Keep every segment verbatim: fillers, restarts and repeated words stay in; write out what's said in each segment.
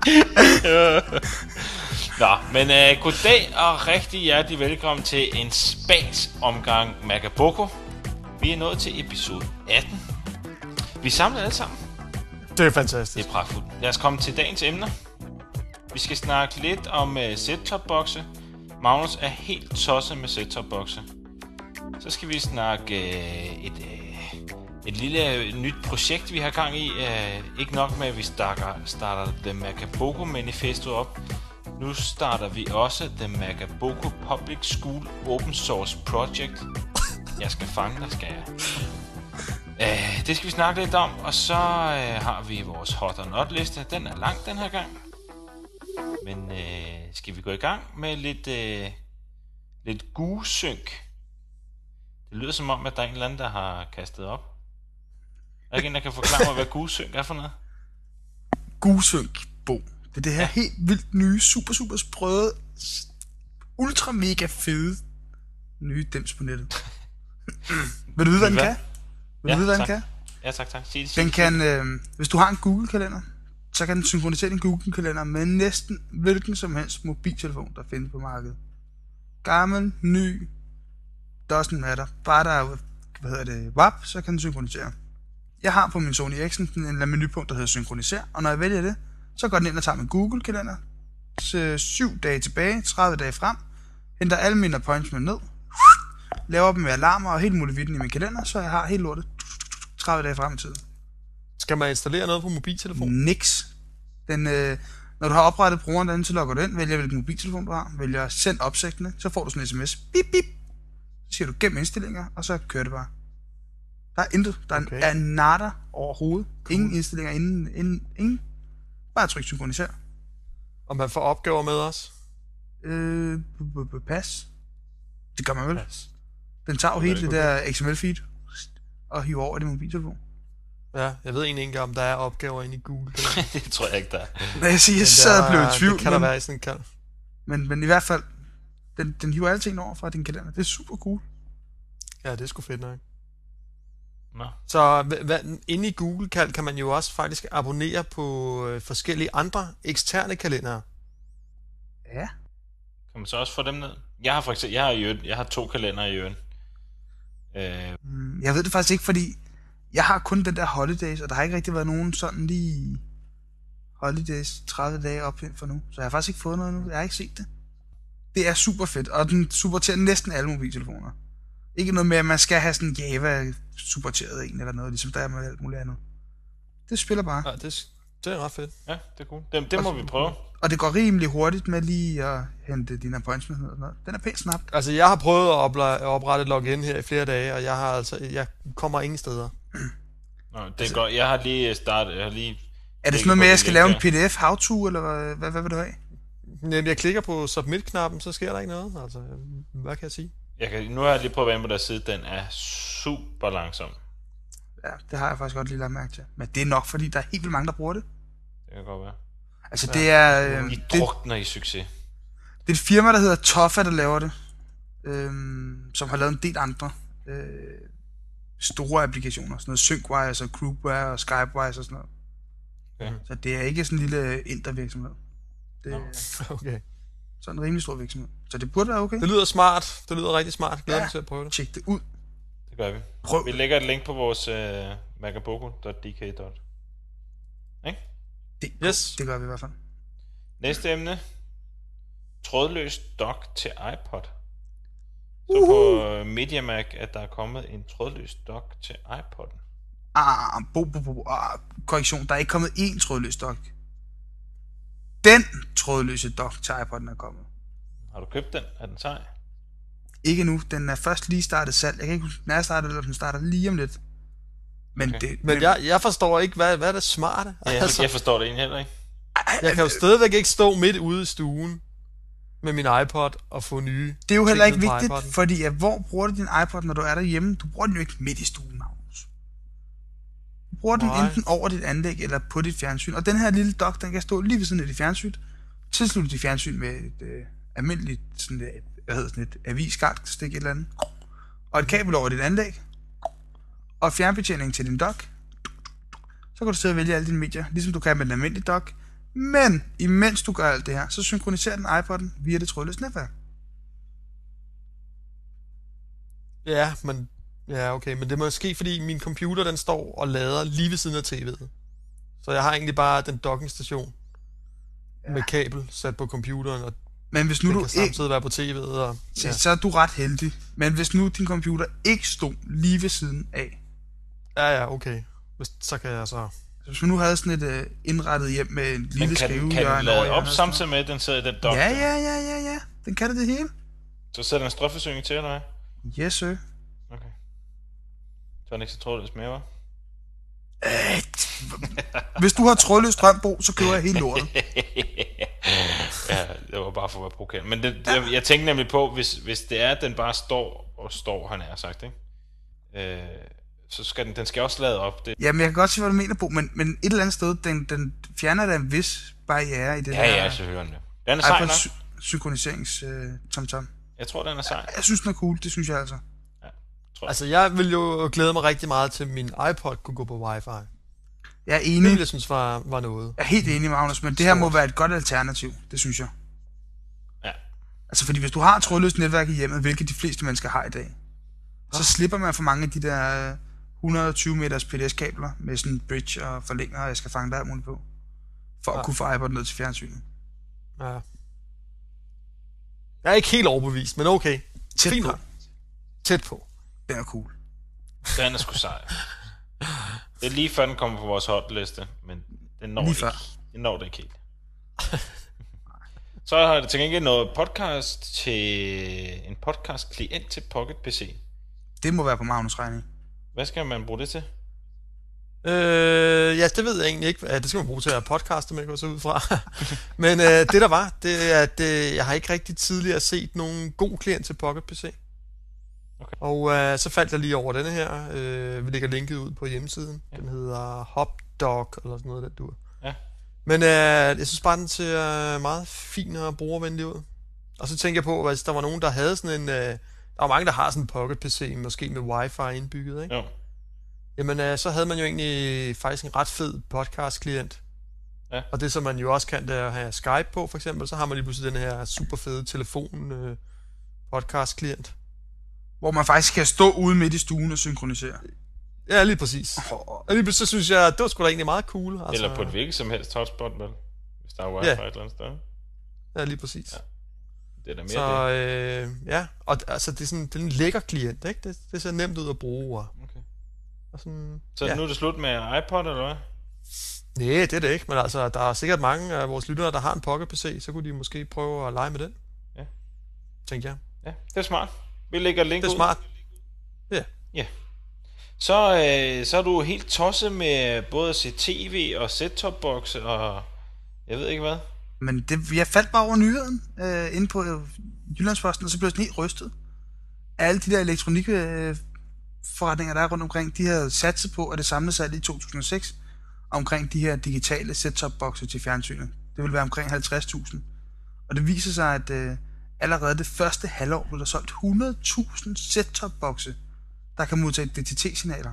Nå, men uh, goddag og rigtig hjertelig velkommen til en spas omgang Magaboko. Vi er nået til episode atten. Vi er samlet alle sammen. Det er fantastisk. Det er pragtfuldt. Lad os komme til dagens emner. Vi skal snakke lidt om uh, set-top-bokse. Magnus er helt tosset med set-top-bokse. Så skal vi snakke uh, et, uh, et lille uh, nyt projekt, vi har gang i. Uh, ikke nok med, at vi starter, starter The Magaboko Manifesto op. Nu starter vi også The Magaboko Public School Open Source Project. Jeg skal fange dig, skal jeg. Uh, det skal vi snakke lidt om. Og så uh, har vi vores hot or not liste. Den er lang den her gang. Men uh, skal vi gå i gang med lidt, uh, lidt Goo-sync? Det lyder som om, at der er en eller anden, der har kastet op. Er der ikke en, der kan forklare mig, hvad Goo-sync er for noget? Goo-sync, Bo. Det er det her ja. helt vildt nye, super, super sprøde, ultra mega fede nye dims på nettet. Vil du vide, hvad den kan? Vil ja, du vide, hvad tak. den kan? Ja, tak, tak. Sig det, sig den det, kan, øh, hvis du har en Google-kalender, så kan den synkronisere din Google-kalender med næsten hvilken som helst mobiltelefon, der findes på markedet. Gammel, ny, doesn't matter. Bare der er, hvad hedder det, W A P, så kan den synkronisere. Jeg har på min Sony Ericsson en menupunkt, der hedder synkronisere, og når jeg vælger det, så går den ind og tager min Google-kalender, så syv dage tilbage, tredive dage frem, henter alle mine appointments ned, laver dem med alarmer og helt muligt vidden i min kalender, så jeg har helt lortet tredive dage frem i tiden. Skal man installere noget på mobiltelefonen? Niks. Den, øh, når du har oprettet brugeren derinde, så logger du ind, vælger hvilken mobiltelefon du har, vælger send opsigtende, så får du sådan en sms, bip bip, så siger du gem indstillinger, og så kører det bare. Der er intet, der okay. er nada overhovedet. Cool. Ingen indstillinger, ingen, ingen, ingen. Bare tryk synkronisere. Og man får opgaver med os? Øh, pas. Det gør man vel. Pas. Den tager jo hele det der X M L-feed og hiver over i din mobiltelefon. Ja, jeg ved egentlig ikke, om der er opgaver inde i Google. det tror jeg ikke, der er. Når jeg siger, så er jeg blevet i tvivl. Det kan men, der være i sådan en kald. Men, men i hvert fald, den, den hiver alle ting over fra din kalender. Det er super cool. Ja, det er sgu fedt nok. Nå. Så hvad, inde i Google kald kan man jo også faktisk abonnere på øh, forskellige andre eksterne kalendere. Ja. Kan man så også få dem ned? Jeg har for eksempel, jeg har, i øen, jeg har to kalendere i øen. Øh. Jeg ved det faktisk ikke, fordi jeg har kun den der holidays, og der har ikke rigtig været nogen sådan lige holidays tredive dage op for nu. Så jeg har faktisk ikke fået noget nu. Jeg har ikke set det. Det er super fedt, og den supporterer næsten alle mobiltelefoner. Ikke noget med, at man skal have sådan en Java-supporteret en eller noget, ligesom der er med alt muligt andet. Det spiller bare. Ja, det, det er ret fedt. Ja, det er cool. Det, det må og, vi prøve. Og det går rimelig hurtigt med lige at hente dine appointments og noget. Den er pænt snabt. Altså, jeg har prøvet at oprette et login her i flere dage, og jeg har altså, jeg kommer ingen steder. Nå, det altså, går. Jeg har lige startet, jeg har lige... Er det sådan noget med, at jeg skal lave en P D F how-to, eller hvad, hvad, hvad vil du have? Jamen, jeg klikker på submit-knappen, så sker der ikke noget. Altså, hvad kan jeg sige? Jeg kan, nu har jeg lige prøvet at være inde på deres side. Den er super langsom. Ja, det har jeg faktisk godt lige lagt mærke til. Men det er nok, fordi der er helt vildt mange, der bruger det. Det kan godt være. Altså, det er... Øh, I drukner i succes. Det er et firma, der hedder Toffa, der laver det. Øhm, som har lavet en del andre øh, store applikationer. Sådan noget Synkwise og Groupware og Skypewise og sådan noget. Okay. Så det er ikke sådan en lille intervirksomhed. Det er no. okay. sådan en rimelig stor virksomhed. Så det burde være okay. Det lyder smart. Det lyder rigtig smart. Glæder mig ja, til at prøve det. Tjek det ud. Det gør vi. Prøv. Vi lægger et link på vores uh, magaboko punktum d k. Ikke? Det, yes. det gør vi i hvert fald. Næste emne. Trådløs dock til iPod. Så uh-huh. på MediaMac, at der er kommet en trådløs dock til iPod'en. Ah, bo, bo, bo, ah, korrektion. Der er ikke kommet én trådløs dock. Den trådløse dock til iPod'en er kommet. Har du købt den? Er den sej? Ikke nu. Den er først lige startet salg. Jeg kan ikke huske, når jeg starter, eller den starter lige om lidt. Men, okay. det, men jeg, jeg forstår ikke, hvad, hvad er det smarte? Ja, altså, jeg forstår det egentlig heller ikke. Jeg kan jo stadigvæk ikke stå midt ude i stuen med min iPod og få nye. Det er jo heller ikke vigtigt, iPod'en. Fordi at, hvor bruger du din iPod, når du er derhjemme? Du bruger den jo ikke midt i stuen, Magnus. Du bruger den Nej. enten over dit anlæg eller på dit fjernsyn. Og den her lille dock, den kan stå lige ved siden af dit fjernsyn. Tilslutte dit fjernsyn med et øh, almindeligt sådan et, hvad hedder sådan et avis-stik et eller andet. Og et kabel over dit anlæg. Og fjernbetjening til din dock. Så kan du sidde og vælge alle dine medier, ligesom du kan med en almindelig dock. Men imens du gør alt det her, så synkroniserer den iPod'en via det trådløse netværk. Ja, men ja, okay, men det er måske fordi min computer den står og lader lige ved siden af tv'et. Så jeg har egentlig bare den dockingstation ja. med kabel sat på computeren, og men hvis nu den du kan samtidig være på tv'et. Og, så, ja. så er du ret heldig. Men hvis nu din computer ikke stod lige ved siden af. Ja, ja, okay. Hvis, så kan jeg så... Hvis vi nu havde sådan et uh, indrettet hjem med en lille skrivehjørne. Men kan den lade op samtidig med, at den sidder i den dock? Ja, ja, ja, ja, ja. Den kan det det hele. Så sætter den strømforsyning til, eller hvad? Yes, sir. Okay. Så er den ikke så trådløs mere, hva'? Øh, hvis du har trådløs strømbrug, så køber jeg helt lortet. Ja, det var bare for at være provokerende. Men det, det, jeg tænkte nemlig på, hvis, hvis det er, at den bare står og står, han er sagt, ikke? Øh, så skal den, den skal også lade op. Det. Jamen, jeg kan godt se, hvad du mener på, men, men et eller andet sted, den, den fjerner da en vis barriere i det ja, der... Ja, ja, selvfølgelig. Den er sej nok. sy- synkroniseringstom øh, tom-tom. Jeg tror, den er sej. Jeg, jeg synes, den er cool, det synes jeg altså. Ja, tror jeg. Altså, jeg vil jo glæde mig rigtig meget til, at min iPod kunne gå på wifi. Jeg er enig. Det, jeg synes, var, var noget. Jeg er helt enig, Magnus, men det her må være et godt alternativ, det synes jeg. Ja. Altså, fordi hvis du har et trådløst netværk i hjemmet, hvilket de fleste mennesker har i dag, så Ah. slipper man for mange af de der et hundrede og tyve meters P D S-kabler med sådan en bridge og forlænger, og jeg skal fange der alt muligt på, for at Ja. kunne få iPod ned til fjernsynet. Ja. Jeg er ikke helt overbevist, men okay. Tæt Fint på. nok. Tæt på. Den er cool. Den er sgu sej. Det er lige før den kommer på vores hotliste, men den når, Lige ikke, før. den når det ikke helt. Så har det til gengæld noget podcast til en podcast klient til Pocket P C. Det må være på Magnus' regning. Hvad skal man bruge det til? Øh, ja, det ved jeg egentlig ikke. Ja, det skal man bruge til at podcaste med, går så ud fra. Men øh, det der var, det er, at øh, jeg har ikke rigtig tidligere set nogen god klient til Pocket P C. Okay. Og øh, så faldt jeg lige over denne her. Øh, vi lægger linket ud på hjemmesiden. Ja. Den hedder HopDoc, eller sådan noget, den dur. Ja. Men øh, jeg synes bare, den ser meget fin og brugervenlig ud. Og så tænker jeg på, hvis der var nogen, der havde sådan en... Øh, der var mange, der har sådan en Pocket P C, måske med wifi indbygget, ikke? Jo. Jamen, øh, så havde man jo egentlig faktisk en ret fed podcast-klient. Ja. Og det, som man jo også kan, det er at have Skype på, for eksempel, så har man lige pludselig den her super fede telefon øh, podcast-klient. Hvor man faktisk kan stå ude midt i stuen og synkronisere. Ja, lige præcis. Og lige pludselig så synes jeg, det var sgu da egentlig meget cool. Altså, Eller på et hvilket som helst hotspot, vel? Hvis der er wifi Ja. et eller andet sted. Ja, lige præcis. Ja. Det er da mere Så det. øh, ja, og altså, det er sådan det er en lækker klient, ikke? Det, det ser nemt ud at bruge. Og, Okay. og sådan, Så ja. nu er det slut med iPod, eller hvad? Nej, det er det ikke, men altså, der er sikkert mange af vores lyttere, der har en Pocket P C, så kunne de måske prøve at lege med den. Ja. Tænker jeg. Ja, det er smart. Vi lægger link Det er ud. smart. Ja. Så, øh, så er du helt tosset med både at se tv og set-top-box og jeg ved ikke hvad. Men det, jeg faldt bare over nyheden øh, inde på øh, Jyllandsposten, og så blev jeg sådan helt rystet. Alle de der elektronikforretninger, øh, forretninger, der er rundt omkring, de havde satset på, at det samlede salg i to tusind og seks omkring de her digitale set-top-boxer til fjernsynet. Det ville være omkring halvtreds tusind. Og det viser sig, at øh, allerede det første halvår blev der solgt hundrede tusind set-top-boxe, der kan modtage D T T-signaler.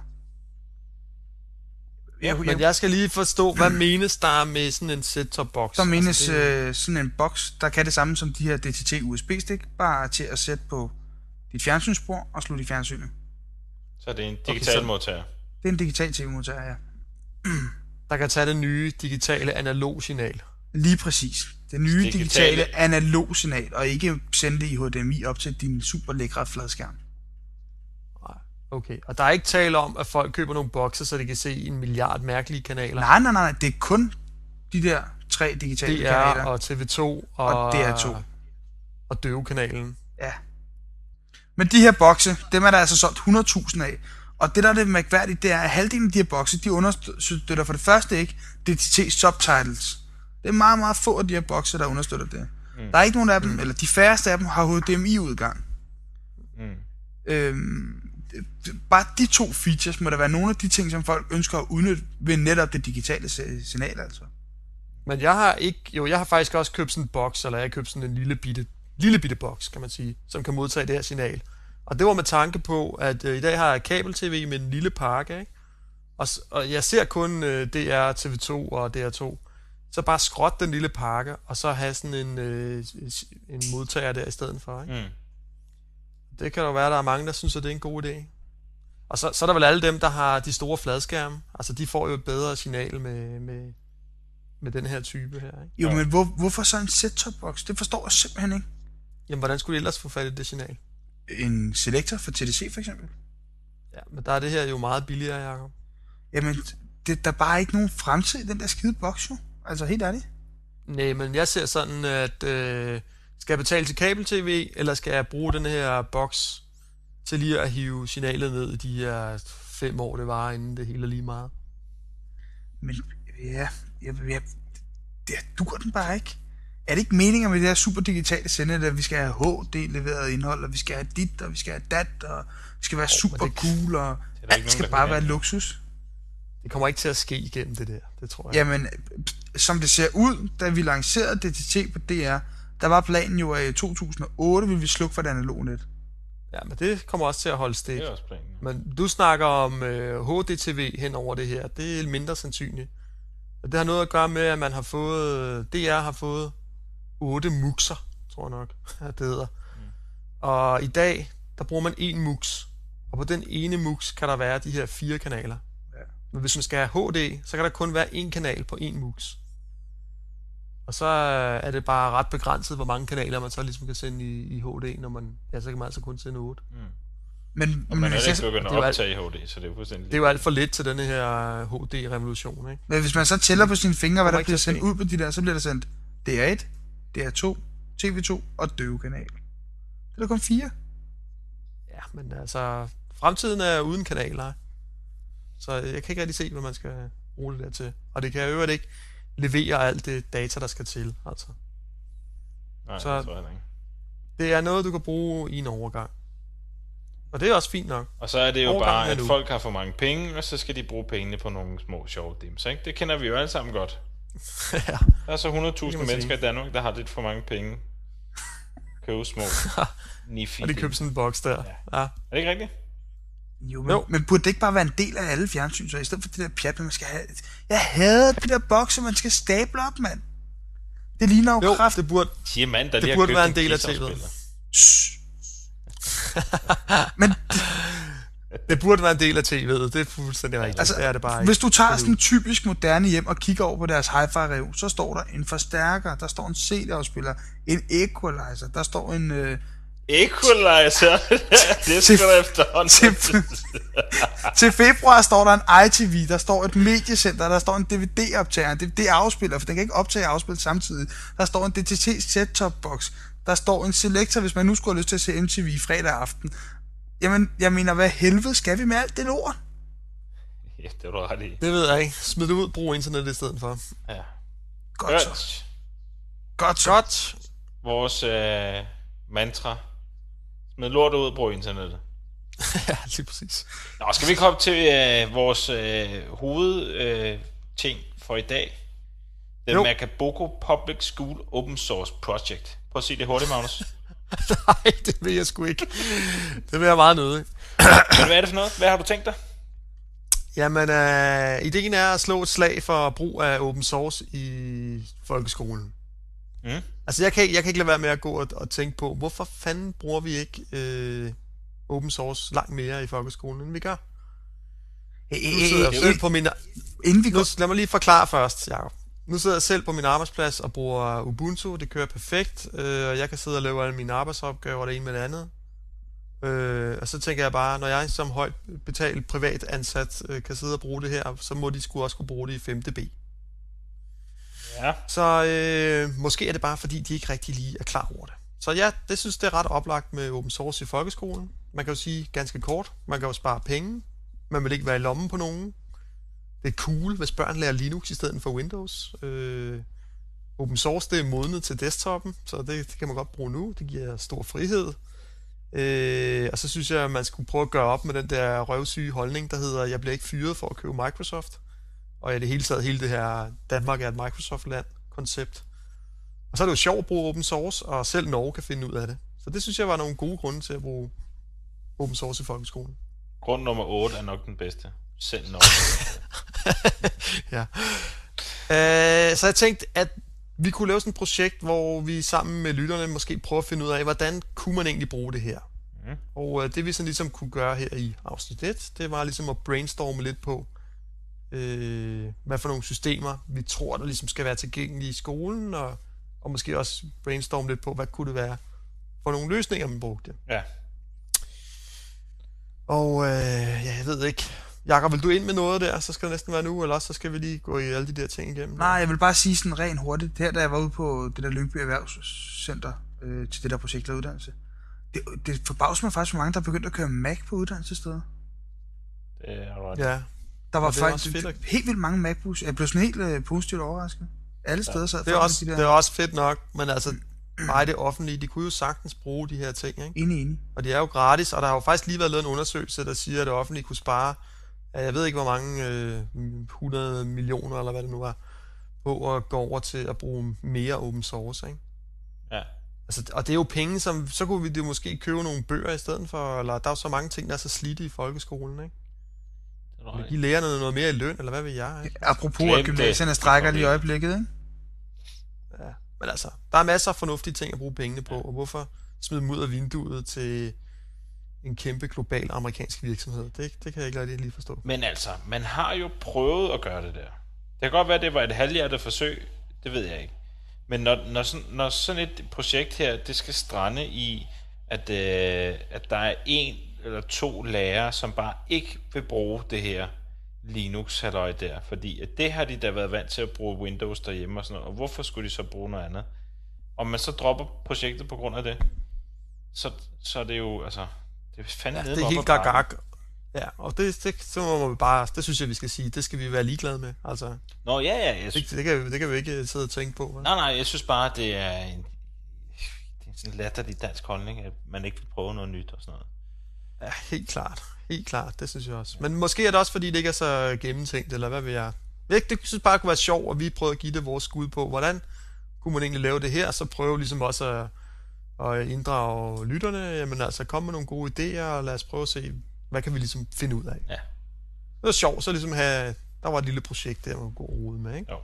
Ja, Men jeg skal lige forstå, hvad menes der med sådan en set-top-box? Så menes Altså, det- øh, sådan en boks, der kan det samme som de her D T T U S B-stik, bare til at sætte på dit fjernsynsspor og slutte i fjernsynet. Så er det en digital Okay, så- modtager. Det er en digital tv-modtager, ja. der kan tage det nye digitale analog-signal. Lige præcis. Det nye Digitale- digitale analog-signal, og ikke sende det i H D M I op til din super lækre fladskærm. Nej, okay. Og der er ikke tale om, at folk køber nogle bokser, så de kan se en milliard mærkelige kanaler. Nej, nej, nej, det er kun de der tre digitale D R kanaler. og T V to og, Og D R to. og døvekanalen. Ja. Men de her bokse, dem er der altså solgt hundrede tusind af. Og det, der er det mærkværdige, det er, at halvdelen af de her bokse, de understøtter for det første ikke D T T subtitles. Det er meget, meget få af de her bokse, der understøtter det. Mm. Der er ikke nogen af dem, mm. eller de færreste af dem, har H D M I-udgang. Mm. Øhm, det- det- bare de to features må der være nogle af de ting, som folk ønsker at udnytte ved netop det digitale se- signal, altså. Men jeg har ikke, jo, jeg har faktisk også købt sådan en boks, eller jeg har købt sådan en lille bitte, lille bitte boks, kan man sige, som kan modtage det her signal. Og det var med tanke på, at øh, i dag har jeg kabel-tv med en lille pakke, ikke? Og, s- og jeg ser kun øh, D R, T V to og D R to. så bare skråt den lille pakke, og så have sådan en, øh, en modtager der i stedet for. Ikke? Mm. Det kan jo være, at der er mange, der synes, at det er en god idé. Og så, så er der vel alle dem, der har de store fladskærme. Altså, de får jo et bedre signal med, med, med den her type her. Ikke? Jo, men hvor, hvorfor så en set-top-box? Det forstår jeg simpelthen ikke. Jamen, hvordan skulle de ellers få fat i det signal? En selector for T D C, for eksempel? Ja, men der er det her jo meget billigere, Jacob. Jamen, det, der er bare ikke nogen fremtid i den der skide boks, jo. Altså, helt ærligt. Nej, men jeg ser sådan, at øh, skal jeg betale til kabel-tv, eller skal jeg bruge den her boks til lige at hive signalet ned i de her fem år, det var, inden det hele er lige meget? Men ja, jeg, jeg, det dur den bare ikke. Er det ikke meningen med det her super digitale sender, at vi skal have H D-leveret indhold, og vi skal have dit, og vi skal have dat, og vi skal være oh, super det, cool, og alt alt skal bare være luksus? Det kommer ikke til at ske igennem det der, det tror jeg. Jamen, som det ser ud, da vi lancerede D T T på D R, der var planen jo, at i to tusind og otte ville vi slukke for det analoge net. Ja, men det kommer også til at holde stik. Det er også planen. Men du snakker om øh, H D T V hen over det her. Det er mindre sandsynligt. Og det har noget at gøre med, at man har fået... D R har fået otte muxer, tror jeg nok, at det hedder. Mm. Og i dag, der bruger man en mux. Og på den ene mux kan der være de her fire kanaler. Ja. Men hvis man skal have H D, så kan der kun være en kanal på en mux. Og så er det bare ret begrænset, hvor mange kanaler man så ligesom kan sende i, i H D, når man... Ja, så kan man altså kun sende otte. Mm. Men, og man men er ikke begyndt at optage i H D, så det er jo fuldstændig... Det er jo alt for lidt til denne her H D-revolution, ikke? Men hvis man så tæller på sine fingre, hvad der bliver sendt ud på de der, så bliver der sendt D R et, D R to, T V to og døvekanal. Det er der kun fire. Ja, men altså... Fremtiden er uden kanaler. Så jeg kan ikke rigtig se, hvad man skal bruge det der til. Og det kan jo ikke levere alt det data, der skal til, altså. Nej, så det tror jeg ikke. Det er noget, du kan bruge i en overgang. Og det er også fint nok. Og så er det jo overgang bare, at folk har for mange penge, og så skal de bruge pengene på nogle små sjove dims, ikke? Det kender vi jo alle sammen godt. Ja. Der er så hundrede tusind mennesker i Danmark, der har lidt for mange penge. Købe små nifi. Og de køber sådan en boks der. Ja. Ja. Er det ikke rigtigt? Jo, men, jo, men burde det ikke bare være en del af alle fjernsyn, så i stedet for det der pjat, man skal have... Jeg hader de der bokser, man skal stable op, mand. Det ligner jo, jo kraft. det burde, Siger mand, der det burde være en del af T V'et. Men... Det burde være en del af T V'et, det er fuldstændig rigtigt. Altså, det er det bare ikke. Hvis du tager sådan en typisk moderne hjem og kigger over på deres hi-fi-rev, så står der en forstærker, der står en C D-afspiller, en equalizer, der står en... Øh, Equalizer? Det er sgu da efterhånden. Til, til februar står der en I T V, der står et mediecenter, der står en D V D-optager, en D V D-afspiller, for den kan ikke optage og afspille samtidig. Der står en D T T set-top-box, der står en selector, hvis man nu skulle have lyst til at se M T V fredag aften. Jamen, jeg mener, hvad helvede skal vi med alt det lort? Ja, det var du ret i. Det ved jeg ikke. Smid det ud, brug internet i stedet for. Ja. Godt, Godt. så. Godt så. Godt. Vores øh, mantra. Smid lort ud, brug internettet. Ja, lige præcis. Nå, skal vi komme til øh, vores øh, hoved øh, ting for i dag? The jo. Macaboco Public School Open Source Project. Prøv at sige det hurtigt, Magnus. Nej, det vil jeg sgu ikke. Det vil jeg meget nødig. Men hvad er det for noget? Hvad har du tænkt dig? Jamen, øh, ideen er at slå et slag for brug af open source i folkeskolen. Mm. Altså, jeg kan, jeg kan ikke lade være med at gå og, og tænke på, hvorfor fanden bruger vi ikke øh, open source langt mere i folkeskolen, end vi gør? Nu sidder jeg selv på min... Inden vi nu, lad mig lige forklare først, Jacob. Nu sidder jeg selv på min arbejdsplads og bruger Ubuntu. Det kører perfekt, øh, og jeg kan sidde og lave alle mine arbejdsopgaver, det ene med det andet. Øh, og så tænker jeg bare, når jeg som højt betalt privat ansat øh, kan sidde og bruge det her, så må de sgu også kunne bruge det i fem D B. Ja. Så øh, måske er det bare, fordi de ikke rigtig lige er klar over det. Så ja, det synes det er ret oplagt med open source i folkeskolen. Man kan jo sige ganske kort, man kan jo spare penge. Man vil ikke være i lommen på nogen. Det er cool, hvis børn lærer Linux i stedet for Windows. Øh, open source, det er modnet til desktoppen, så det, det kan man godt bruge nu. Det giver stor frihed. Øh, og så synes jeg, at man skulle prøve at gøre op med den der røvsyge holdning, der hedder, jeg bliver ikke fyret for at købe Microsoft. Og i det hele taget hele det her Danmark er et Microsoft-land-koncept. Og så er det jo sjovt at bruge open source, og selv Norge kan finde ud af det. Så det synes jeg var nogle gode grunde til at bruge open source i folkeskolen. Grund nummer otte er nok den bedste. Selv Norge. Ja. Øh, så jeg tænkte, at vi kunne lave sådan et projekt, hvor vi sammen med lytterne måske prøver at finde ud af, hvordan kunne man egentlig bruge det her. Mm. Og øh, det vi sådan ligesom kunne gøre her i afsnit et, det var ligesom at brainstorme lidt på, øh, hvad for nogle systemer vi tror, der ligesom skal være tilgængelige i skolen, og, og måske også brainstorme lidt på, hvad kunne det være for nogle løsninger, man brugte. Ja. Og øh, ja, jeg ved ikke... Jakob, vil du ind med noget der? Så skal det næsten være nu, eller også så skal vi lige gå i alle de der ting igennem. Nej, jeg vil bare sige sådan rent hurtigt. Her, da jeg var ude på det der Lyngby Erhvervscenter øh, til det der projekt af uddannelse, det, det forbavser mig faktisk, hvor mange, der er begyndt at køre Mac på uddannelsessteder. Det er ret. Ja. Der var Og det er faktisk også fedt, helt, helt vildt mange Macbooks. Jeg blev sådan helt øh, positivt overrasket. Alle steder sad Det er, folk også, med de det er der. også fedt nok, men altså, bare det offentlige, de kunne jo sagtens bruge de her ting, ikke? Enig, enig. Og det er jo gratis, og der har jo faktisk lige været lavet en undersøgelse, der siger, at det offentlige kunne spare, jeg ved ikke hvor mange, øh, hundrede millioner, eller hvad det nu var, på at gå over til at bruge mere open source, ikke? Ja. Altså, og det er jo penge, som, så kunne vi jo måske købe nogle bøger i stedet for, eller der er jo så mange ting, der er så slidte i folkeskolen, ikke? Det De lærer noget, noget mere i løn, eller hvad ved jeg, ikke? Apropos, Glem at gymnasierne det. strækker lige i øjeblikket, ikke? Ja, men altså, der er masser af fornuftige ting at bruge pengene på, og hvorfor smide dem ud af vinduet til en kæmpe global amerikansk virksomhed? Det, det kan jeg ikke rigtig lige forstå. Men altså, man har jo prøvet at gøre det der. Det kan godt være, at det var et halvhjertet forsøg. Det ved jeg ikke. Men når, når, sådan, når sådan et projekt her, det skal strande i, at, øh, at der er en eller to lærere, som bare ikke vil bruge det her Linux-halløj der, fordi at det har de da været vant til at bruge Windows derhjemme og sådan noget, og hvorfor skulle de så bruge noget andet? Om man så dropper projektet på grund af det, så, så er det jo, altså, det er fandme Ja, det er helt gag. Ja, og det, det, så må man bare, det synes jeg, vi skal sige, det skal vi være ligeglade med, altså. Nå, ja, ja. Jeg synes, det, det, kan, det kan vi ikke sidde og tænke på. Vel? Nej, nej, jeg synes bare, det er en, det er sådan en latterlig dansk holdning, at man ikke vil prøve noget nyt og sådan noget. Ja, helt klart. Helt klart, det synes jeg også. Men måske er det også, fordi det ikke er så gennemtænkt, eller hvad vil jeg? Det, det synes bare kunne være sjovt, og vi prøvede at give det vores skud på, hvordan kunne man egentlig lave det her, og så prøve ligesom også at, at inddrage lytterne, jamen altså komme med nogle gode idéer, og lad os prøve at se, hvad kan vi ligesom finde ud af. Ja. Det var sjovt, så ligesom have, der var et lille projekt der, man kunne gå og rode med, ikke? Jo.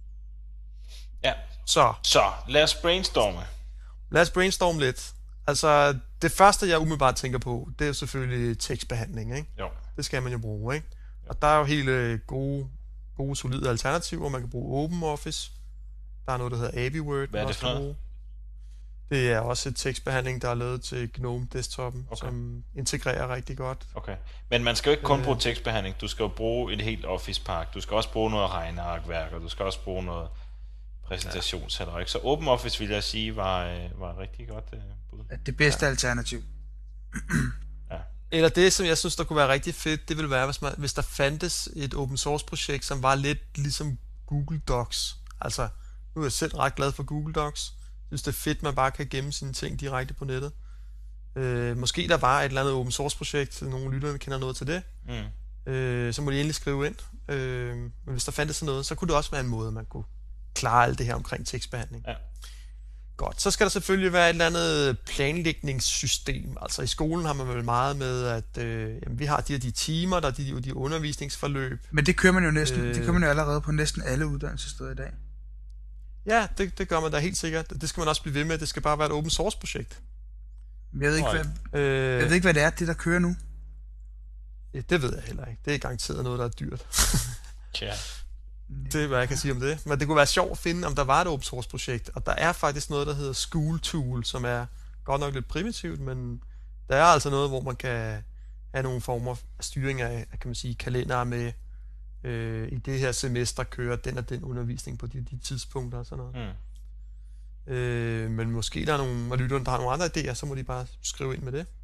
Ja. Så. Så, lad os brainstorme. Lad os brainstorme lidt. Altså, det første, jeg umiddelbart tænker på, det er jo selvfølgelig tekstbehandling, ikke? Jo. Det skal man jo bruge, ikke? Og der er jo helt gode, gode, solide alternativer. Man kan bruge OpenOffice. Der er noget, der hedder AbiWord. Hvad er det for noget? Det er også et tekstbehandling, der er lavet til GNOME desktopen, okay. som integrerer rigtig godt. Okay. Men man skal jo ikke kun bruge tekstbehandling. Du skal jo bruge et helt Office-park. Du skal også bruge noget regnearkværk, og du skal også bruge noget præsentationshaller, ikke? Så OpenOffice, vil jeg sige, var, var rigtig godt uh, bud. Det bedste ja. alternativ. Ja. Eller det, som jeg synes, der kunne være rigtig fedt, det ville være, hvis, man, hvis der fandtes et open source projekt, som var lidt ligesom Google Docs. Altså, nu er jeg selv ret glad for Google Docs. Jeg synes, det er fedt, man bare kan gemme sine ting direkte på nettet. Øh, måske der var et eller andet open source projekt, nogle lytterne kender noget til det. Mm. Øh, så må de endelig skrive ind. Øh, men hvis der fandtes sådan noget, så kunne det også være en måde, man kunne klare alt det her omkring tekstbehandling. Ja. Godt, så skal der selvfølgelig være et eller andet planlægningssystem. Altså i skolen har man vel meget med, at øh, jamen, vi har de her de timer, der er de, de undervisningsforløb. Men det kører man jo næsten, øh, det kører man jo allerede på næsten alle uddannelsessteder i dag. Ja, det, det gør man da helt sikkert. Det skal man også blive ved med. Det skal bare være et open source projekt. Jeg ved ikke, hvad, øh, jeg ved ikke, hvad det er, det der kører nu. Ja, det ved jeg heller ikke. Det er garanteret noget, der er dyrt. Tja. Det er, hvad jeg kan sige om det. Men det kunne være sjovt at finde, om der var et open source projekt. Og der er faktisk noget, der hedder School Tool, som er godt nok lidt primitivt, men der er altså noget, hvor man kan have nogle former af styring af, kan man sige, kalendere med, øh, i det her semester kører den og den undervisning på de, de tidspunkter og sådan noget. Mm. Øh, men måske der er nogle af lytterne, der har nogle andre idéer, så må de bare skrive ind med det.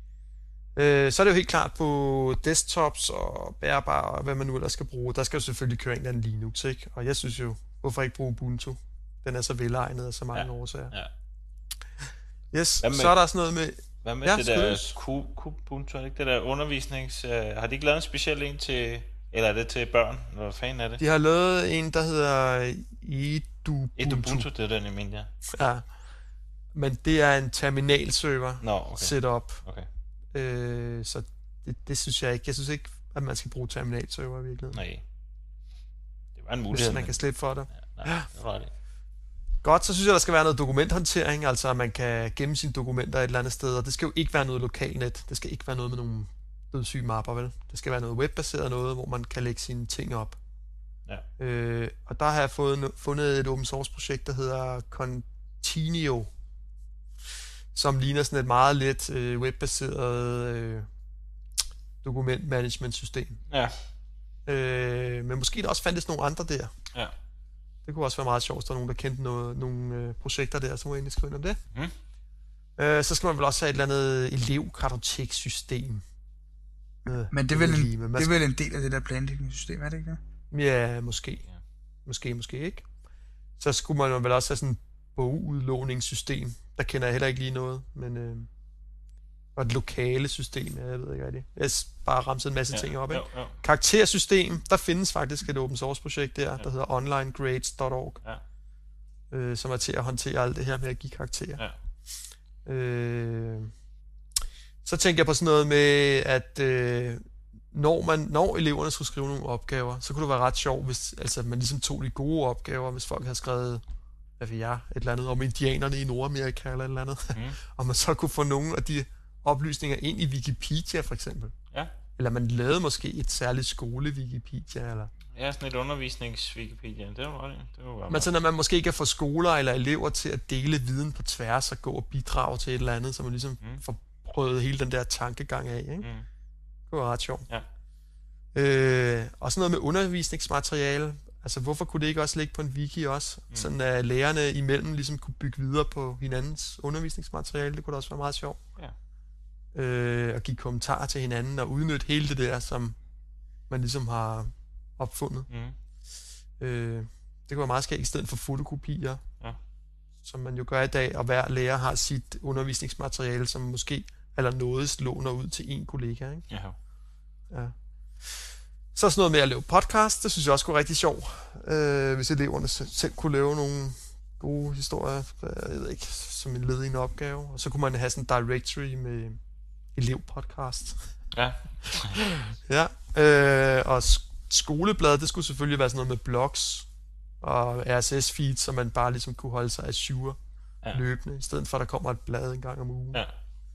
Øh, så er det jo helt klart på desktops og bærbare og hvad man nu ellers skal bruge. Der skal jo selvfølgelig køre en eller anden Linux, ikke? Og jeg synes jo, hvorfor ikke bruge Ubuntu? Den er så velegnet af så mange ja. årsager. Ja. Yes, med, så er der sådan noget med... Hvad med ja, det der Kubuntu, er det ikke det der undervisnings... Uh, har de ikke lavet en speciel en til... Eller er det til børn? Hvad fanden er det? De har lavet en, der hedder Edubuntu. Edubuntu, det er den, jeg mener, ja. Ja. Men det er en terminalserver Nå, okay. setup. Okay. Øh, så det, det synes jeg ikke. Jeg synes ikke, at man skal bruge terminalserver i virkeligheden. Nej. Det var en hvis mulighed. man kan slippe for det. Ja, nej, det var det. Godt, så synes jeg, der skal være noget dokumenthåndtering, altså at man kan gemme sine dokumenter et eller andet sted, og det skal jo ikke være noget lokalnet. Det skal ikke være noget med nogle dødssyge mapper, vel? Det skal være noget webbaseret noget, hvor man kan lægge sine ting op. Ja. Øh, og der har jeg fået, fundet et open source projekt, der hedder Continuo, som ligner sådan et meget let øh, webbaseret øh, dokument management system. Ja. Øh, men måske der også fandtes nogle andre der. Ja. Det kunne også være meget sjovt, hvis der er nogen, der kendte noget, nogle øh, projekter der, så må jeg egentlig skrive ind om det. Mm. Øh, så skal man vel også have et eller andet elevkartoteksystem. Øh, men det er, vel en, det er vel en del af det der planlægningssystem, er det ikke det? Ja, måske. Ja. Måske, måske ikke. Så skulle man vel også have sådan et bogudlåningssystem. Der kender jeg heller ikke lige noget, men... Øh, og et lokale system, jeg ved ikke rigtigt. Jeg har bare ramset en masse ja, ting op, ikke? Jo, jo. Karaktersystem, der findes faktisk et open source projekt der, ja. Der hedder onlinegrades punktum org, ja. øh, som er til at håndtere alt det her med at give karakterer. Ja. Øh, så tænker jeg på sådan noget med, at øh, når, man, når eleverne skulle skrive nogle opgaver, så kunne det være ret sjovt, hvis altså, man ligesom tog de gode opgaver, hvis folk havde skrevet, hvad ved jeg, et eller andet om indianerne i Nordamerika eller et eller andet, mm. og man så kunne få nogle af de oplysninger ind i Wikipedia for eksempel. Ja. Eller man lavede måske et særligt skole-Wikipedia, eller... Ja, sådan et undervisnings-Wikipedia, det var det. Det var Men så når man måske kan få skoler eller elever til at dele viden på tværs og gå og bidrage til et eller andet, så man ligesom mm. får prøvet hele den der tankegang af, ikke? Mm. Det var ret sjovt. Ja. Øh, og sådan noget med undervisningsmateriale. Altså, hvorfor kunne det ikke også ligge på en wiki også? Mm. Sådan at lærerne imellem ligesom kunne bygge videre på hinandens undervisningsmateriale. Det kunne da også være meget sjovt. Ja. Øh, og give kommentarer til hinanden og udnytte hele det der, som man ligesom har opfundet. Mm. Øh, det kunne være meget skægt i stedet for fotokopier, ja. Som man jo gør i dag, og hver lærer har sit undervisningsmateriale, som måske eller noget låner ud til en kollega, ikke? Ja. Ja. Så sådan noget med at lave podcast, det synes jeg også kunne være rigtig sjovt, øh, hvis eleverne selv kunne lave nogle gode historier, jeg ved ikke, som en led i en opgave. Og så kunne man have sådan en directory med elevpodcast. Ja. Ja. Øh, og skolebladet, det skulle selvfølgelig være sådan noget med blogs og R S S-feed, så man bare ligesom kunne holde sig ajour ja. Løbende, i stedet for at der kommer et blad en gang om ugen. Ja.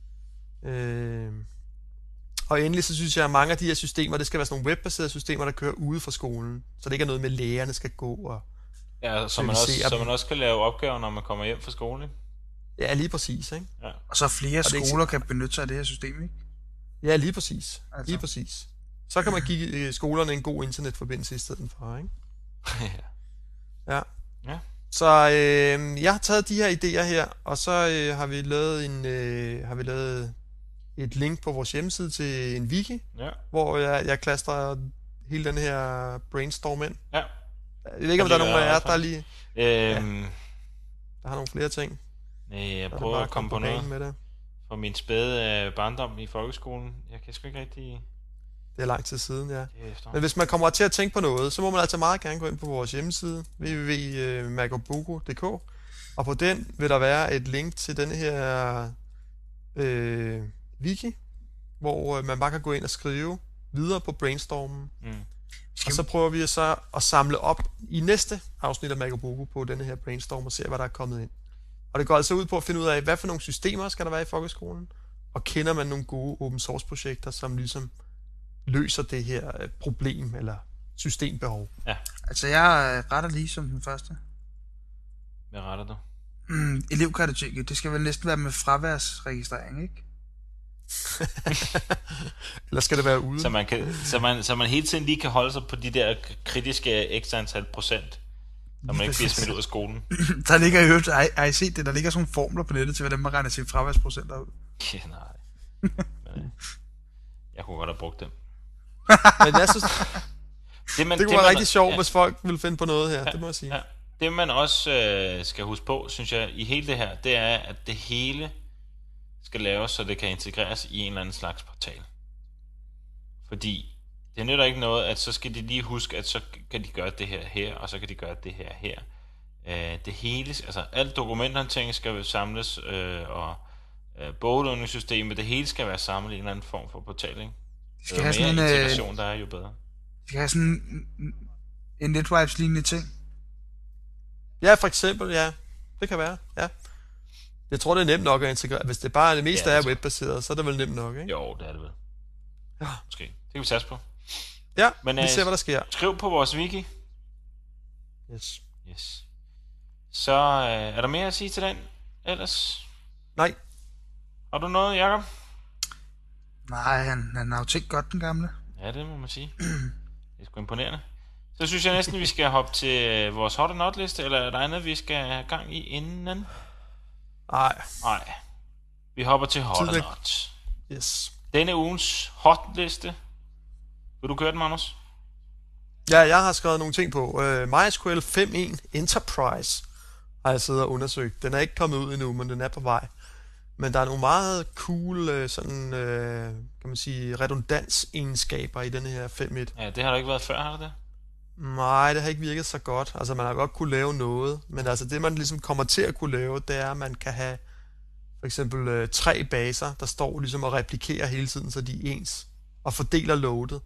Øh, og endelig så synes jeg, at mange af de her systemer, det skal være sådan nogle webbaserede systemer, der kører ude fra skolen, så det ikke er noget med lærerne skal gå og... Ja, så man, også, så man også kan lave opgaver, når man kommer hjem fra skole, ikke? Ja, lige præcis, ikke? Ja. Og så flere skoler ikke... kan benytte sig af det her system, ikke? Ja, lige præcis. Altså. Lige præcis. Så kan man give skolerne en god internetforbindelse i stedet for, ikke? Ja. Ja. Så øh, jeg har taget de her idéer her, og så øh, har vi lavet en øh, har vi lavet et link på vores hjemmeside til en wiki, ja. Hvor jeg, jeg klastrer hele den her brainstorm ind. Ja. Jeg ved ikke, om der er nogen af jer, der lige... Øhm... Ja. Der har nogle flere ting. Nej, jeg prøver at komme på noget med det. For min spæde barndom i folkeskolen. Jeg kan sgu ikke rigtig... Det er lang tid siden, ja. Men hvis man kommer til at tænke på noget, så må man altså meget gerne gå ind på vores hjemmeside, w w w punktum magabogo punktum d k, og på den vil der være et link til denne her øh, wiki, hvor man bare kan gå ind og skrive videre på brainstormen. Mm. Og så prøver vi så at samle op i næste afsnit af Magabogo på denne her brainstorm og se, hvad der er kommet ind. Og det går altså ud på at finde ud af, hvad for nogle systemer skal der være i folkeskolen, og kender man nogle gode open source projekter, som ligesom løser det her problem eller systembehov. Ja. Altså jeg retter lige som den første. Hvad retter du? Mm, elevkartoteket, det skal vel næsten være med fraværsregistrering, ikke? Eller skal det være ude? Så man, kan, så, man, så man hele tiden lige kan holde sig på de der kritiske x antal procent, så man ikke bliver smidt ud af skolen. Der ligger i øvrigt, har I set det, der ligger sådan nogle formler på nettet til, hvordan man regner sine fraværsprocenter ud. Ja, nej. Men, jeg kunne godt have brugt dem. Men jeg synes, det, man, det kunne det, være man, rigtig sjovt, ja. Hvis folk ville finde på noget her, ja, det må jeg sige. Ja. Det man også øh, skal huske på, synes jeg, i hele det her, det er, at det hele skal laves, så det kan integreres i en eller anden slags portal. Fordi det nytter ikke noget, at så skal de lige huske, at så kan de gøre det her her, og så kan de gøre det her her. Øh, det hele, altså alt dokumenthåndtering skal samles, øh, og øh, bogudlåningssystemet, det hele skal være samlet i en eller anden form for portal, ikke? De skal have jo mere sådan integration, øh, der er jo bedre. De skal have sådan en NetWipes-lignende ting. Ja, for eksempel, ja. Det kan være, ja. Jeg tror, det er nemt nok at integrere. Hvis det bare det meste Ja, er det webbaseret, så er det vel nemt nok, ikke? Jo, det er det vel. Ja. Måske. Det kan vi satse på. Ja, Men, vi øh, ser, hvad der sker. Skriv på vores wiki. Yes. Yes. Så øh, er der mere at sige til den ellers? Nej. Har du noget, Jacob? Nej, han, han har jo tænkt godt, den gamle. Ja, det må man sige. Det er sgu imponerende. Så synes jeg næsten, vi skal hoppe til øh, vores hot or not liste, eller er der andet, vi skal have gang i inden? Nej. Nej. Vi hopper til hot or Tidlig. not. Yes. Denne ugens hot liste. Vil du køre den, Magnus? Ja, jeg har skrevet nogle ting på. Uh, MySQL fem punkt en Enterprise har jeg siddet og undersøgt. Den er ikke kommet ud endnu, men den er på vej. Men der er nogle meget cool uh, sådan, uh, kan man sige, redundansegenskaber i denne her fem punkt et. Ja, det har der ikke været før, har det det? Nej, det har ikke virket så godt. Altså, man har godt kunne lave noget, men altså det, man ligesom kommer til at kunne lave, det er, at man kan have for eksempel øh, tre baser, der står ligesom og replikerer hele tiden, så de er ens, og fordeler loadet.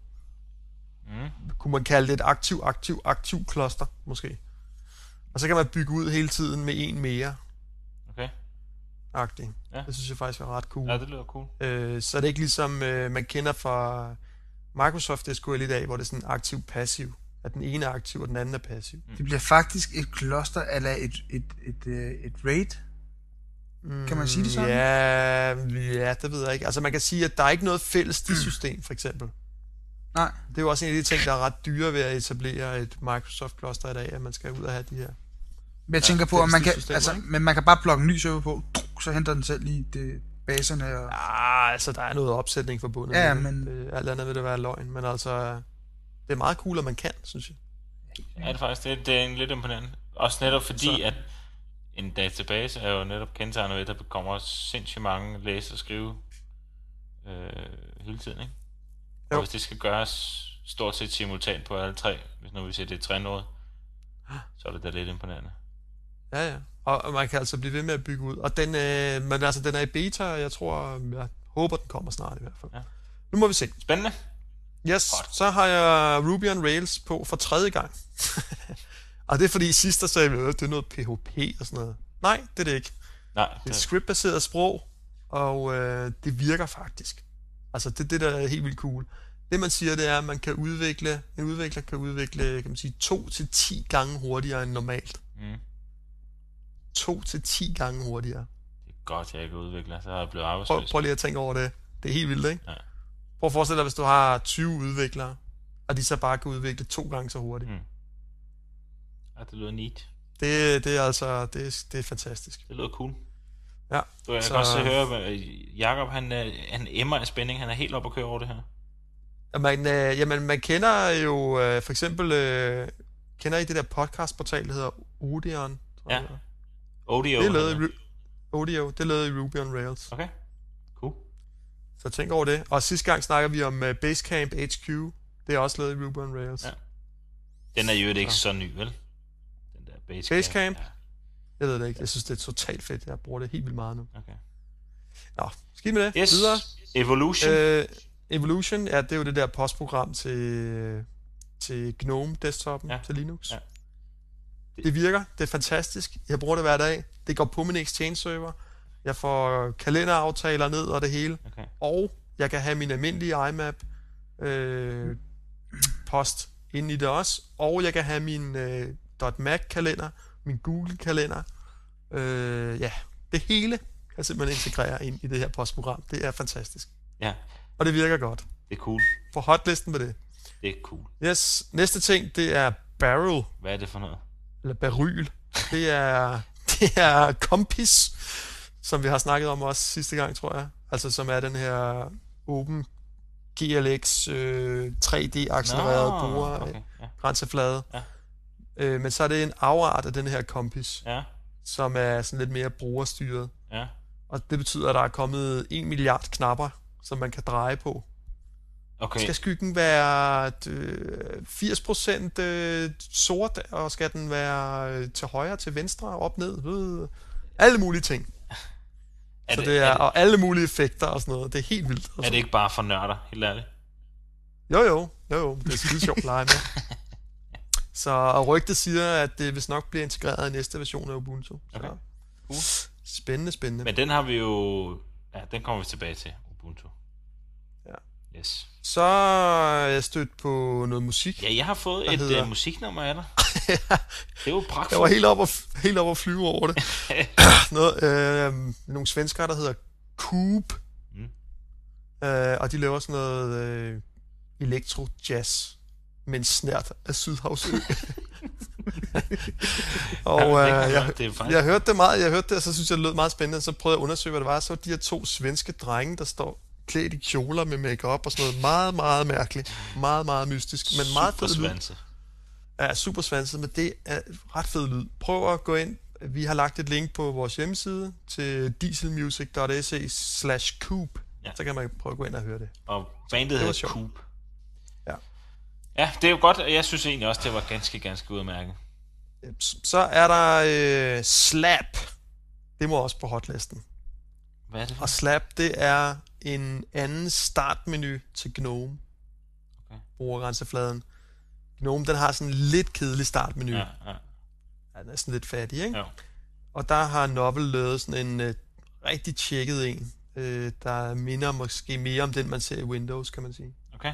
Mm. Kunne man kalde det et aktiv, aktiv, aktiv cluster, måske. Og så kan man bygge ud hele tiden med en mere. Okay. Agtig. Ja. Det synes jeg faktisk var ret cool. Ja, det lyder cool. Øh, så er det ikke ligesom øh, man kender fra Microsoft S Q L i dag, hvor det er sådan aktiv-passiv. At den ene er aktiv, og den anden er passiv. Det bliver faktisk et cluster, eller et, et, et, et, et raid. Kan man sige det sådan? Ja, ja, det ved jeg ikke. Altså man kan sige, at der er ikke noget fælles disystem, for eksempel. Nej. Det er jo også en af de ting, der er ret dyre ved at etablere et Microsoft-cluster i dag, at man skal ud og have de her. Men jeg tænker Ja, på, at man kan, systemer, altså, ikke? men man kan bare plukke en ny server på, så henter den selv i det, baserne. Og... Ah, altså der er noget opsætning forbundet Ja, med men- det. Alt andet vil det være løgn, men altså, det er meget cool, at man kan, synes jeg. Ja, det er faktisk. Det, det er en lidt imponerende. Også netop fordi, Så- at en database er jo netop kendetegnet ved, at der kommer sindssygt mange læse og skrive øh, hele tiden, ikke? Og Jo. hvis det skal gøres stort set simultant på alle tre, hvis nu vi siger, det er tre noget, så er det da lidt imponerende. Ja, ja. Og og man kan altså blive ved med at bygge ud. Og den, øh, men altså, den er i beta, og jeg tror, jeg håber, den kommer snart i hvert fald. Ja. Nu må vi se. Spændende. Yes, Godt. så har jeg Ruby on Rails på for tredje gang. Og det er fordi sidst der sagde vi, at det er noget P H P og sådan noget. Nej, det er det ikke. Nej, Det er et det, scriptbaseret sprog, og øh, det virker faktisk. Altså det er det, der er helt vildt cool. Det man siger, det er, at man kan udvikle, en udvikler kan udvikle, kan man sige, to til ti gange hurtigere end normalt. mm, To til ti gange hurtigere. det er godt, jeg ikke er udvikler, så har jeg blevet Prøv, arbejdsløs. prøv lige at tænke over det. Det er helt vildt, ikke? Ja. Prøv at forestille dig, hvis du har tyve udviklere, og de så bare kan udvikle to gange så hurtigt. Mm. Ja, det lyder neat. Det, det er altså, det er, det er fantastisk. Det lyder cool. Ja, Så jeg så- kan også høre, at Jacob, han, øh, han emmer af spænding. Han er helt oppe at køre over det her. Og man, øh, jamen, man kender jo øh, for eksempel, øh, kender I det der podcastportal, der hedder Odeon? tror jeg, Ja. det er? Audio. Det er lavet i eller- Ru- Odeo, det er lavet i Ruby on Rails. Okay, cool. Så tænk over det. Og sidste gang snakker vi om uh, Basecamp H Q. Det er også lavet i Ruby on Rails. Ja. Den er jo ikke Så. så ny, vel? Den der Basecamp. Basecamp? Ja, Jeg ved det ikke. Jeg synes, det er totalt fedt. Jeg bruger det helt vildt meget nu. okay. Nå, skidt med det. Yes. Videre. Evolution. Øh, Evolution, ja, det er jo det der postprogram til, til GNOME desktoppen, Ja. ja. til Linux. Ja. Det, det virker, det er fantastisk. Jeg bruger det hver dag. Det går på min Exchange server. Jeg får kalenderaftaler ned og det hele. Okay. Og jeg kan have min almindelige IMAP øh, post inde i det også. Og jeg kan have min øh, .Mac kalender, min Google kalender. Øh, ja, det hele kan jeg simpelthen integrere ind i det her postprogram. Det er fantastisk. Ja, Og det virker godt. det er cool. På hotlisten med det. Det er cool. Yes, næste ting, det er Barrel, Hvad er det for noget? eller Baryl. Det er, det er Compis, som vi har snakket om også sidste gang, tror jeg. Altså, som er den her Open G L X øh, tre D-accelererede Nå, bruger, okay. okay. Ja. grænseflade. Ja. Øh, men så er det en afart af den her Compis, Ja, som er sådan lidt mere brugerstyret. ja. Og det betyder, at der er kommet en milliard knapper, som man kan dreje på. Okay. Skal skyggen være øh, firs procent øh, sort, og skal den være øh, til højre, til venstre, op, ned, ved, alle mulige ting. Er Så det, det er, er, det, og alle mulige effekter og sådan noget. Det er helt vildt. Altså. er det ikke bare for nørder, helt ærligt? Jo, jo, jo, jo. Det er skide sjovt at lege med. Så og rygtet siger, at det vist nok bliver integreret i næste version af Ubuntu. Okay. Så. Cool. Spændende, spændende. Men den har vi jo... Ja, den kommer vi tilbage til, Ubuntu. Ja. Yes. Så er jeg stødt på noget musik. Ja, jeg har fået Der et hedder- uh, musiknummer af dig. Det er jo Jeg pragtfuldt. var helt op og, helt op og flyve over det. Noget, øh, nogle svenskere, der hedder Coop. Mm. Øh, og de laver sådan noget øh, elektro-jazz med en snært af Sydhavsø. og Ja, øh, det kan jeg, man- det er faktisk- jeg hørte det meget, jeg hørte det, og så synes jeg, det lød meget spændende. Så prøvede jeg at undersøge, hvad det var. Så var de her to svenske drenge, der står klædt i kjoler med makeup og sådan noget. Meget, meget mærkeligt. Meget, meget mystisk. Men meget fed lyd. Supersvanse. Ja, super svanset, men det er ret fed lyd. Prøv at gå ind. Vi har lagt et link på vores hjemmeside til dieselmusic punktum se slash coop. Ja. Så kan man prøve at gå ind og høre det. Og bandet var hedder sjovt. Coop. Ja. Ja, det er jo godt, og jeg synes egentlig også, det var ganske, ganske udmærket. Så er der øh, Slap. Det må også på hotlisten. Hvad er det for? Og Slap, det er en anden startmenu til Gnome. Okay. Brugergrænsefladen. Gnome, den har sådan en lidt kedelig startmenu. Ja, Ja. ja. Ja, den er sådan lidt fattig, ikke? Jo. Og der har Novel lavet sådan en øh, rigtig tjekket en, øh, der minder måske mere om den, man ser i Windows, kan man sige. Okay.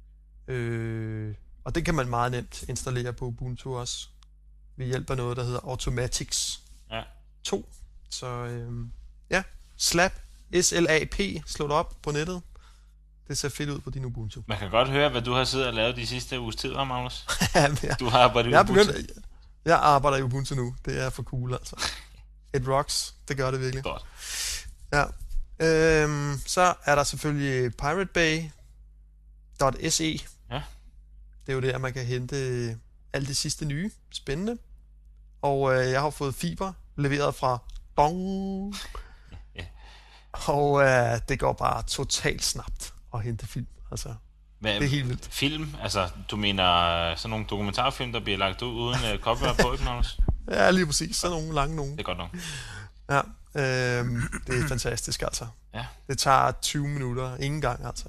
Øh, og det kan man meget nemt installere på Ubuntu også, ved hjælp af noget, der hedder Automatics Ja. to. Så øh, ja, Slap, S L A P, slå det op på nettet. Det ser fedt ud på din Ubuntu. Man kan godt høre, hvad du har siddet og lavet de sidste uges tid, hva', Magnus? Jamen, jeg, Du har arbejdet jeg, er i Ubuntu. begyndt, jeg arbejder i Ubuntu nu. Det er for cool, altså. It rocks. Det gør det virkelig. Godt. Ja. Øhm, så er der selvfølgelig Pirate Bay punktum se. Ja. Det er jo der, man kan hente alt det sidste nye. Spændende. Og øh, jeg har fået fiber leveret fra Dong. Ja. Og øh, det går bare totalt snabt at hente film. Altså, Hvad, det er helt vildt. Film? Altså, du mener sådan nogle dokumentarfilm, der bliver lagt ud uden uh, copyright på, ikke, Magnus? Ja, lige præcis. Så nogle lange nogen. Det er godt nok. Ja, øhm, det er fantastisk, altså. Ja. Det tager tyve minutter, ingen gang, altså.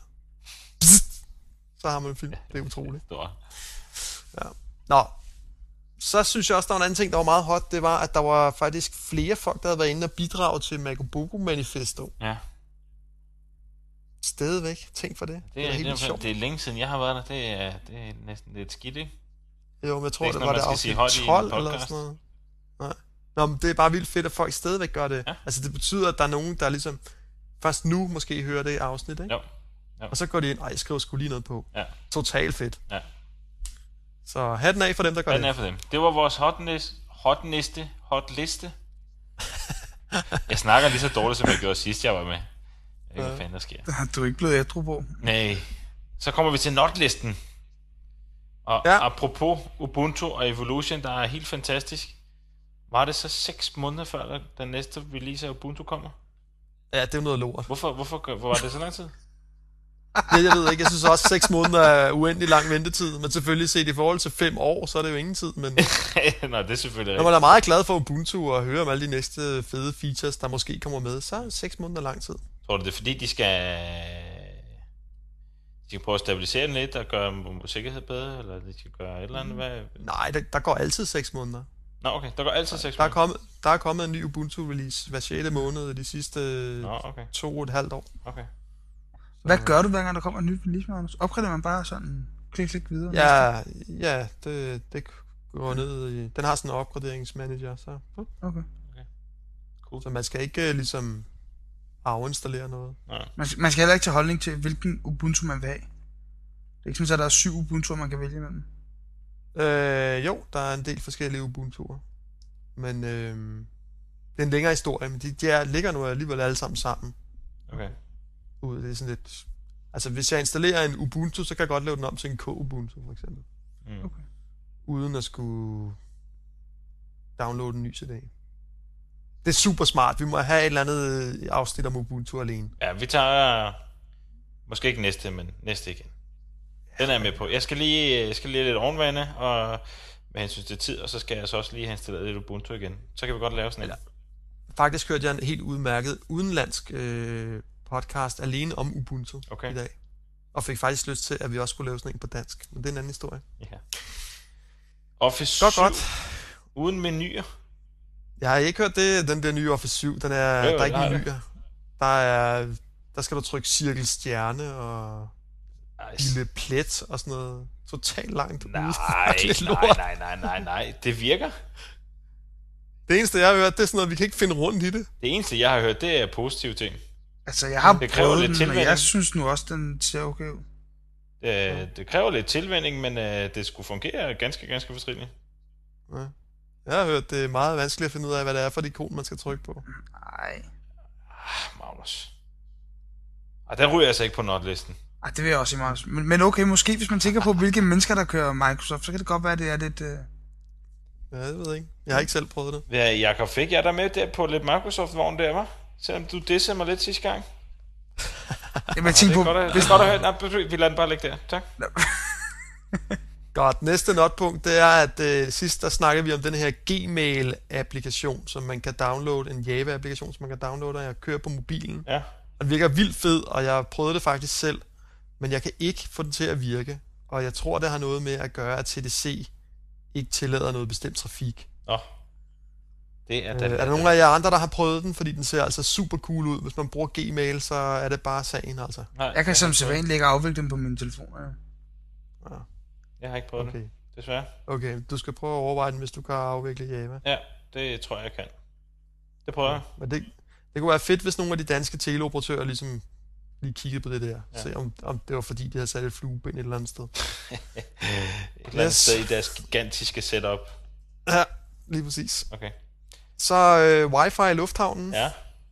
Så har man en film. Det er utroligt. Stort. Ja. Nå, så synes jeg også, der var en anden ting, der var meget hot. Det var, at der var faktisk flere folk, der havde været inde og bidrage til Magobogo Manifesto. Ja. Stadigvæk. Tænk for det. Det Det er, er da helt det, er, sjovt. det er længe siden, jeg har været der. Det er, det er næsten lidt skidt, ikke? Jo, men jeg tror, Det er det, ikke det var noget, det man skal sige afsnit højt i en tolv eller podcast. sådan noget. Nej. Nå, men det er bare vildt fedt, at folk stadigvæk gør det. Ja. Altså, det betyder, at der er nogen, der ligesom først nu måske hører det afsnit, ikke? Jo. Jo. Og så går de ind, ej, jeg skriver sgu lige noget på. Ja. Totalt fedt. Ja. Så hatten af for dem, der gør Hvad det. er for dem? Det var vores hotness, hotniste, hotliste. Jeg snakker lige så dårligt, som jeg gjorde sidst, jeg var med. Jeg ved ikke, hvad fanden der sker. Har du ikke blevet ædru på? Nej. Så kommer vi til notlisten. Og Ja. ja. apropos Ubuntu og Evolution, der er helt fantastisk. Var det så seks måneder før, der den næste release af Ubuntu kommer? Ja, det er jo noget lort. Hvorfor, hvorfor, hvor var det så lang tid? Ja, jeg ved ikke, jeg synes også, seks måneder er uendelig lang ventetid. Men selvfølgelig set i forhold til fem år, så er det jo ingen tid. Men Nå, det er selvfølgelig når man rigtigt. er meget glad for Ubuntu og høre om alle de næste fede features, der måske kommer med, så er seks måneder lang tid. Tror du, det er fordi, de skal... De skal prøve at stabilisere den lidt og gøre m- sikkerhed bedre, eller de skal gøre et eller andet? Hvad? Nej, der, der går altid seks måneder. Nå, okay. Der går altid seks Der er måneder. kommet, der er kommet en ny Ubuntu-release hver sjette måned de sidste Nå, okay. to og et halvt år. Okay. Hvad gør du, hver gang der kommer en ny release, Magnus? Opgraderer man bare sådan klik, klik videre? Ja, ja det, det går ned i... Den har sådan en opgraderingsmanager, så... Okay. Cool. Så man skal ikke øh, ligesom afinstallere noget. Nej. Man, man skal heller ikke tage holdning til, hvilken Ubuntu man vil have. Det er ikke sådan, at der er syv Ubuntu'er, man kan vælge imellem. Øh, jo, der er en del forskellige Ubuntu'er. Men øh, det er en længere historie, men de, de er, ligger nu alligevel alle sammen sammen. Okay. Ud, det er sådan lidt... Altså, hvis jeg installerer en Ubuntu, så kan jeg godt lave den om til en K-Ubuntu, for eksempel. Mm. Okay. Uden at skulle downloade en ny C D. Det er super smart. Vi må have et eller andet afsnit om Ubuntu alene. Ja, vi tager... Måske ikke næste, men næste igen. Den er jeg med på. Jeg skal lige, jeg skal lige lidt ovenvande, og med hensyn til tid, og så skal jeg så også lige have installeret lidt Ubuntu igen. Så kan vi godt lave sådan en. Faktisk hørte jeg en helt udmærket udenlandsk øh, podcast alene om Ubuntu Okay. i dag. Og fik faktisk lyst til, at vi også skulle lave sådan en på dansk. Men det er en anden historie. Ja. Office Godt, syv godt. uden menuer. Jeg har ikke hørt det, den der nye Office syv. Den er, Jo, der er ikke det har menuer. Der er, der skal du trykke cirkel stjerne og Nice. lille plet og sådan noget. Totalt langt Nej, ude. Mærkeligt nej, lort. nej, nej, nej, nej. Det virker. Det eneste, jeg har hørt, det er sådan noget, vi kan ikke finde rundt i det. Det eneste, jeg har hørt, det er positive ting. Altså, jeg har Det kræver prøvet lidt den, og tilvænning. jeg synes nu også, den ser okay ud. Det, det kræver lidt tilvænning, men øh, det skulle fungere ganske, ganske forstrindeligt. Ja. Jeg har hørt, det er meget vanskeligt at finde ud af, hvad det er for de ikon, man skal trykke på. Nej. Ah, Magnus. Ah, der ryger jeg altså ikke på notlisten. Ej, det vil jeg også sige meget. Men, men okay, måske hvis man tænker på, hvilke mennesker, der kører Microsoft, så kan det godt være, at det er lidt... Øh... Ja, det ved jeg ikke. Jeg har ikke selv prøvet det. Ja, Jakob, fik jeg dig med der på lidt Microsoft-vogn der, var? Selvom du dissede mig lidt sidste gang. Jamen, jeg tænker det er på... godt, at, det er godt at høre. Nej, vi lader den bare ligge der. Tak. Godt, næste notpunkt, det er, at øh, sidst der snakkede vi om den her Gmail-applikation, som man kan downloade, en Java-applikation, som man kan downloade, og jeg kører på mobilen. Ja. Og den virker vildt fed, og jeg har prøvet det faktisk selv, men jeg kan ikke få den til at virke. Og jeg tror, det har noget med at gøre, at T D C ikke tillader noget bestemt trafik. Nå. Det er, Øh, da, er der nogen af jer andre, der har prøvet den? Fordi den ser altså super cool ud. Hvis man bruger Gmail, så er det bare sagen, altså. Nej, Jeg kan som har ikke prøvet sædvanligt ikke afvikle dem på min telefon. Ja. Ja, det. Jeg har ikke prøvet okay. det, desværre. Okay, du skal prøve at overveje den, hvis du kan afvikle Java. Ja, det tror jeg, jeg kan. Det prøver jeg. Men det, det kunne være fedt, hvis nogle af de danske teleoperatører ligesom lige kiggede på det der. Ja. Se om, om det var fordi, de havde sat et flueben et eller andet sted. Et eller andet Yes. sted i deres gigantiske setup. Ja, lige præcis. Okay. Så øh, wifi i lufthavnen. Ja.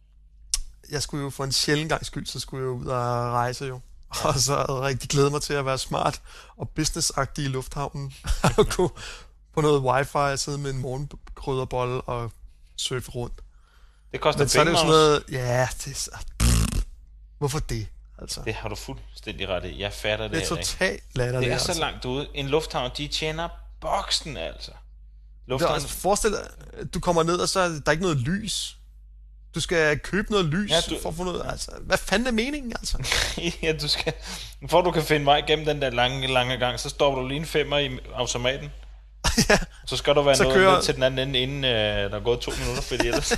Jeg skulle jo for en sjælden gang skyld, så skulle jeg ud og rejse jo. Ja. Og så havde jeg rigtig glædet mig til at være smart og businessagtig i lufthavnen. Og gå på noget wifi og sidde med en morgenkrydderbolle og surfe rundt. Det koster Men så er penge, det jo sådan Magnus. noget, ja, det er så... Hvorfor det? Altså, Det har du fuldstændig ret i. Jeg fatter det, det er her ikke. totalt latterligt. Det er så altså. langt ude. En lufthavn, de tjener boksen, altså. Det er Lufthavn, også, forestil dig, at du kommer ned, og så er der ikke noget lys. Du skal købe noget lys Ja, ja, du- du... for at få noget... Altså, hvad fanden er meningen, altså? ja, du skal... For at du kan finde vej gennem den der lange, lange gang, så stopper du lige en femmer i automaten. Ja, Så skal du være Så nået kører- ned til den anden ende, inden øh, der er gået to minutter, fordi ellers...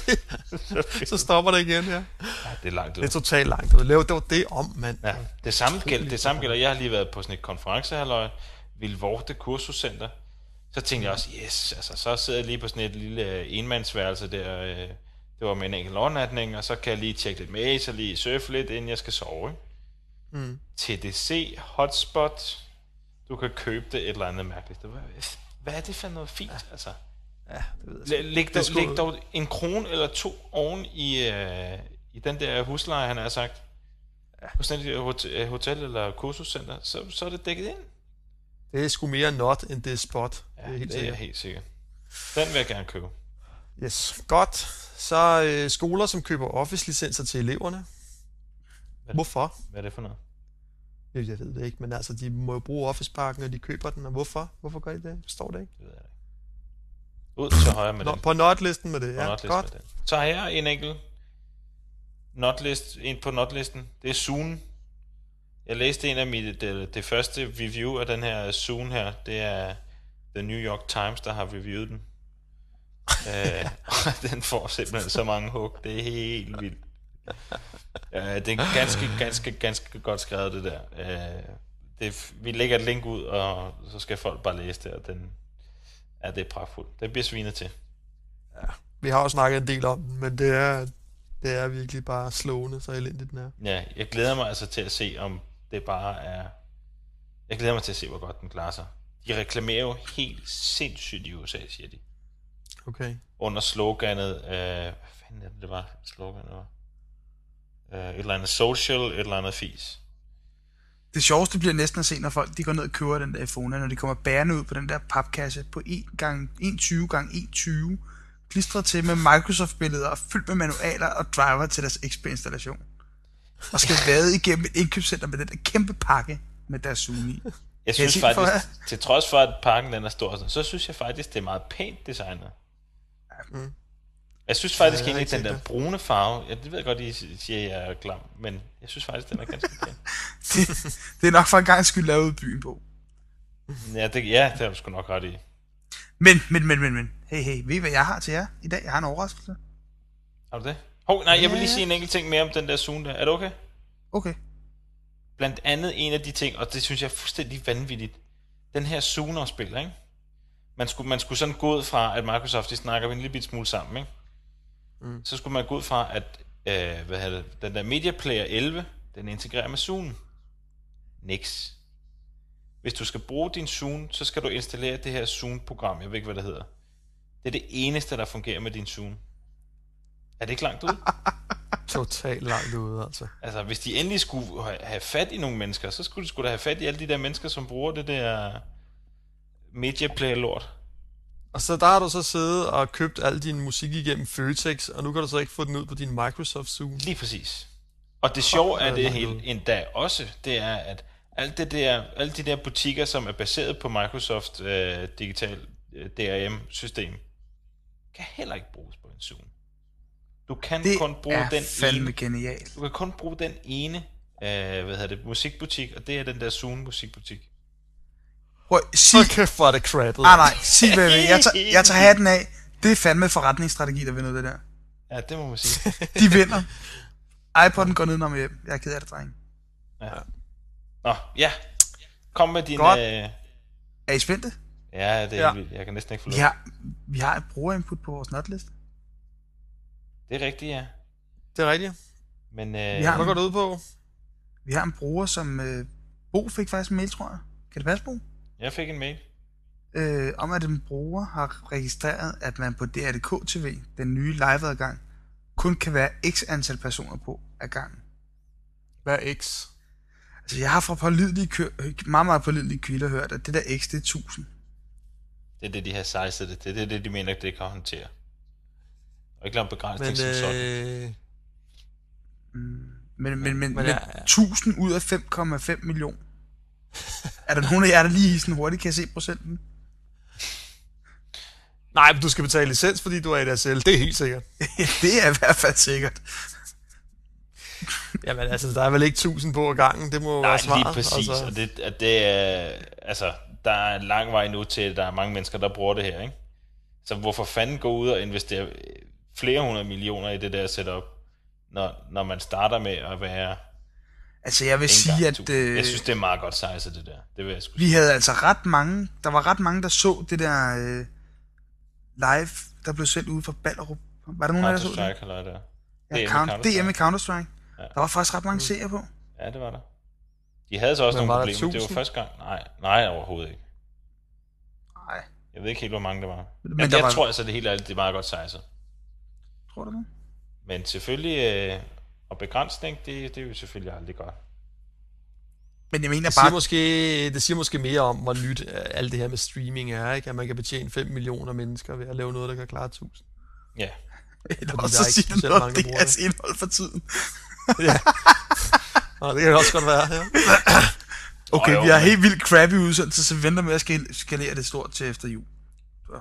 så stopper det igen, ja. ja, det er langt Det ud. er totalt langt ud. Lav det var det om, mand. Ja, det samme gælder, det samme gælder. Jeg har lige været på sådan et konferencehalløj, Vilvorte Kursuscenter. Så tænkte jeg også, yes, altså så sidder jeg lige på sådan et lille øh, enmandsværelse der. Øh, det var med en enkelt overnatning, og så kan jeg lige tjekke lidt mails og lige surfe lidt, inden jeg skal sove. Ikke? Mm. T D C, hotspot, du kan købe det et eller andet mærkeligt. Det var, hvad er det for noget fint, altså? Ja, det ved jeg sgu. Læ- Læg Det er dog, sgu- læg dog en krone eller to oven i, øh, i den der husleje, han har sagt. Ja. På sådan et hotel, hotel eller kursuscenter, så, så er det dækket ind. Det er sgu mere not, end det er spot. Ja, det er helt det er jeg sikkert. helt sikker. Den vil jeg gerne købe. Yes, godt. Så øh, skoler, som køber Office-licenser til eleverne. Hvad- Hvorfor? Hvad er det for noget? Jeg jeg ved det ikke, men altså, de må jo bruge Office-pakken, og de køber den, og hvorfor? Hvorfor gør de det? Forstår det ikke? Det ved jeg ikke. Ud til højre med Nå, den. på notlisten med det, På ja. notlisten Godt. med den. Så har jeg en enkelt notlist, en på notlisten. Det er Zoom. Jeg læste en af mit, det, det første review af den her Zoom her. Det er The New York Times, der har reviewet den. øh, og den får simpelthen så mange hug. Det er helt vildt. øh, det er ganske, ganske, ganske godt skrevet, det der. Øh, det, vi lægger et link ud, og så skal folk bare læse det, og den, ja, det er pragtfuldt. Det bliver svinet til. Vi har jo snakket en del om den, men det er, det er virkelig bare slående, så elendigt den er. Ja, jeg glæder mig altså til at se, om det bare er... Jeg glæder mig til at se, hvor godt den klarer sig. De reklamerer jo helt sindssygt i U S A, siger de. Okay. Under sloganet... Øh, hvad fanden er det, det var? Sloganet var? Øh, et eller andet social, et eller andet fis. Det sjoveste bliver næsten at se, når folk de går ned og køber den der iPhone, når de kommer bærende ud på den der papkasse på en gange enogtyve gange enogtyve, klistret til med Microsoft-billeder og fyldt med manualer og driver til deres X P-installation. Og skal vade igennem et indkøbscenter med den der kæmpe pakke med deres Zoom i. Jeg Kan jeg synes sige det for faktisk, til trods for, at pakken den er stor, så synes jeg faktisk, det er meget pænt designet. Mm. Jeg synes faktisk Ja, jeg har egentlig, ikke den der set brune farve, ja, det ved jeg godt, I siger, at jeg er glam, men jeg synes faktisk, den er ganske pæn. Det, det er nok for en gang skyld lavet ud i byen på. Ja, det, ja, det har du sgu nok ret i. Men, men, men, men, men. Hey, hey, ved I, hvad jeg har til jer i dag? Jeg har en overraskelse. Har du det? Hov, nej, jeg vil lige Ja. sige en enkelt ting mere om den der Zoom der. Er det okay? Okay. Blandt andet en af de ting, og det synes jeg er fuldstændig vanvittigt. Den her Zuno-spiller, ikke? Man skulle, man skulle sådan gå ud fra, at Microsoft, de snakker en lille bit smule sammen, ikke? Mm. Så skulle man gå ud fra, at øh, hvad hedder det, den der Media Player elleve, den integrerer med Zoom. Nix. Hvis du skal bruge din Zoom, så skal du installere det her Zoom-program. Jeg ved ikke, hvad det hedder. Det er det eneste, der fungerer med din Zoom. Er det ikke langt ud? Totalt langt ude, altså. Altså, hvis de endelig skulle have fat i nogle mennesker, så skulle de skulle da have fat i alle de der mennesker, som bruger det der Media Player lort. Og så der har du så siddet og købt al din musik igennem Føtex, og nu kan du så ikke få den ud på din Microsoft Zoom. Lige præcis. Og det sjove Fuck, er hvor er det det helt langt ude. endda også, det er, at alt det der, alle de der butikker, som er baseret på Microsoft øh, digital øh, D R M-system, kan heller ikke bruges på en Zoom. Du kan Det kun bruge er den fandme ene. genialt. Du kan kun bruge den ene, øh, hvad hedder det, musikbutik, og det er den der Zoom musikbutik. Prøv, sig, Hold kæft, hvor er det crappet. ah, nej, sig hvad jeg, jeg, tager, jeg tager hatten af. Det er fandme forretningsstrategi, der vinder det der. Ja, det må man sige. De vinder. iPod'en går ned, når man hjem. Jeg er ked af det, dreng. Ja. Nå, ja. Kom med din... Godt. Øh... Er I spændte? Ja, det er Ja. ja. vildt. Jeg kan næsten ikke få lov. Vi har, vi har et brugerinput på vores notliste. Det er rigtigt, ja. Det er rigtigt. Men øh... Vi har- Hvad går det ud på? Vi har en bruger, som... Øh, Bo fik faktisk en mail, tror jeg. Kan det passe, Bo? jeg fik en mail. Øh, om at en bruger har registreret, at man på D R punktum D K T V, den nye liveadgang, kun kan være x antal personer på ad gangen. Hvad er X? Altså, jeg har fra pålidelige kø- meget, meget pålidelige kilder hørt, at det der x, det er tusind. Det er det, de har sizet det. Det er det, de mener, det kan håndtere. Og ikke lave en begrænsning Men, som sådan. øh, Mm. Men, men, men, Men men ja, ja. tusind ud af fem komma fem millioner. Er der nogen af jer, der lige sådan hurtigt kan se procenten? nej, men du skal betale licens, fordi du er i dig selv. Det er helt sikkert. Det er i hvert fald sikkert. Jamen altså, der er vel ikke tusind på ad gangen. Det må Nej, være svaret. lige præcis. Altså, Og det, at det er... Altså, der er en lang vej nu til, at der er mange mennesker, der bruger det her, ikke? Så hvorfor fanden gå ud og investere flere hundrede millioner i det der setup, når, når man starter med at være... Altså, jeg vil en sige, gang at tusind? øh, Jeg synes, det er meget godt sizet, det der. Det vil jeg sgu vi havde altså ret mange, der var ret mange, der så det der øh, live, der blev sendt ude fra Ballerup. Var der nogen af jer, der så det? Counter-Strike eller der. Ja, D M i count, Counter-Strike. D M i Counter-Strike. Ja. Der var faktisk ret mange seere på. Ja, det var der. De havde så også Men nogle var der problemer. Det var tusind? første gang. Nej, nej, overhovedet ikke. Nej, Jeg ved ikke helt, hvor mange der var. Men Men der jeg var- tror altså, det hele er, det er meget godt sizet. tror du det? Men selvfølgelig, øh, og begrænsning, det, det er jo selvfølgelig aldrig godt. Men jeg mener det, siger bare, måske, det siger måske mere om, hvor nyt øh, alt det her med streaming er, ikke? At man kan betjene fem millioner mennesker ved at lave noget, der kan klare tusind. Ja, eller fordi også der er så ikke siger du specielt noget, mange, der det bruger er det. indhold for tiden. Ja. Og det kan også godt være, ja. Okay, Nå, jo, vi har men- helt vildt crappy udsendelse, så vi venter med at skal- skalere det stort til efter jul. Så.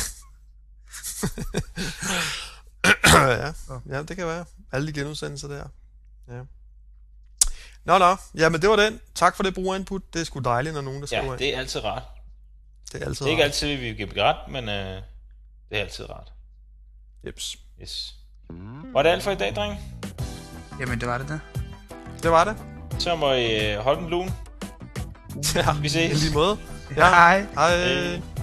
ja. ja, det kan være. Alle de genudsendelser der. Ja. Nå, nå. Jamen, det var den. Tak for det brugerinput. Det er sgu dejligt, når nogen, der skriver ja ind. det er altid rart. Det er altid Det er ikke rart. altid, vi kan begræde, men øh, det er altid rart. Jeps. Yes. Var det alt for i dag, drenge? Jamen, det var det der. Det var det. Så må I øh, holde den lun. Ja, Vi i ses. lige måde. Ja. Hej. Hej. Hej.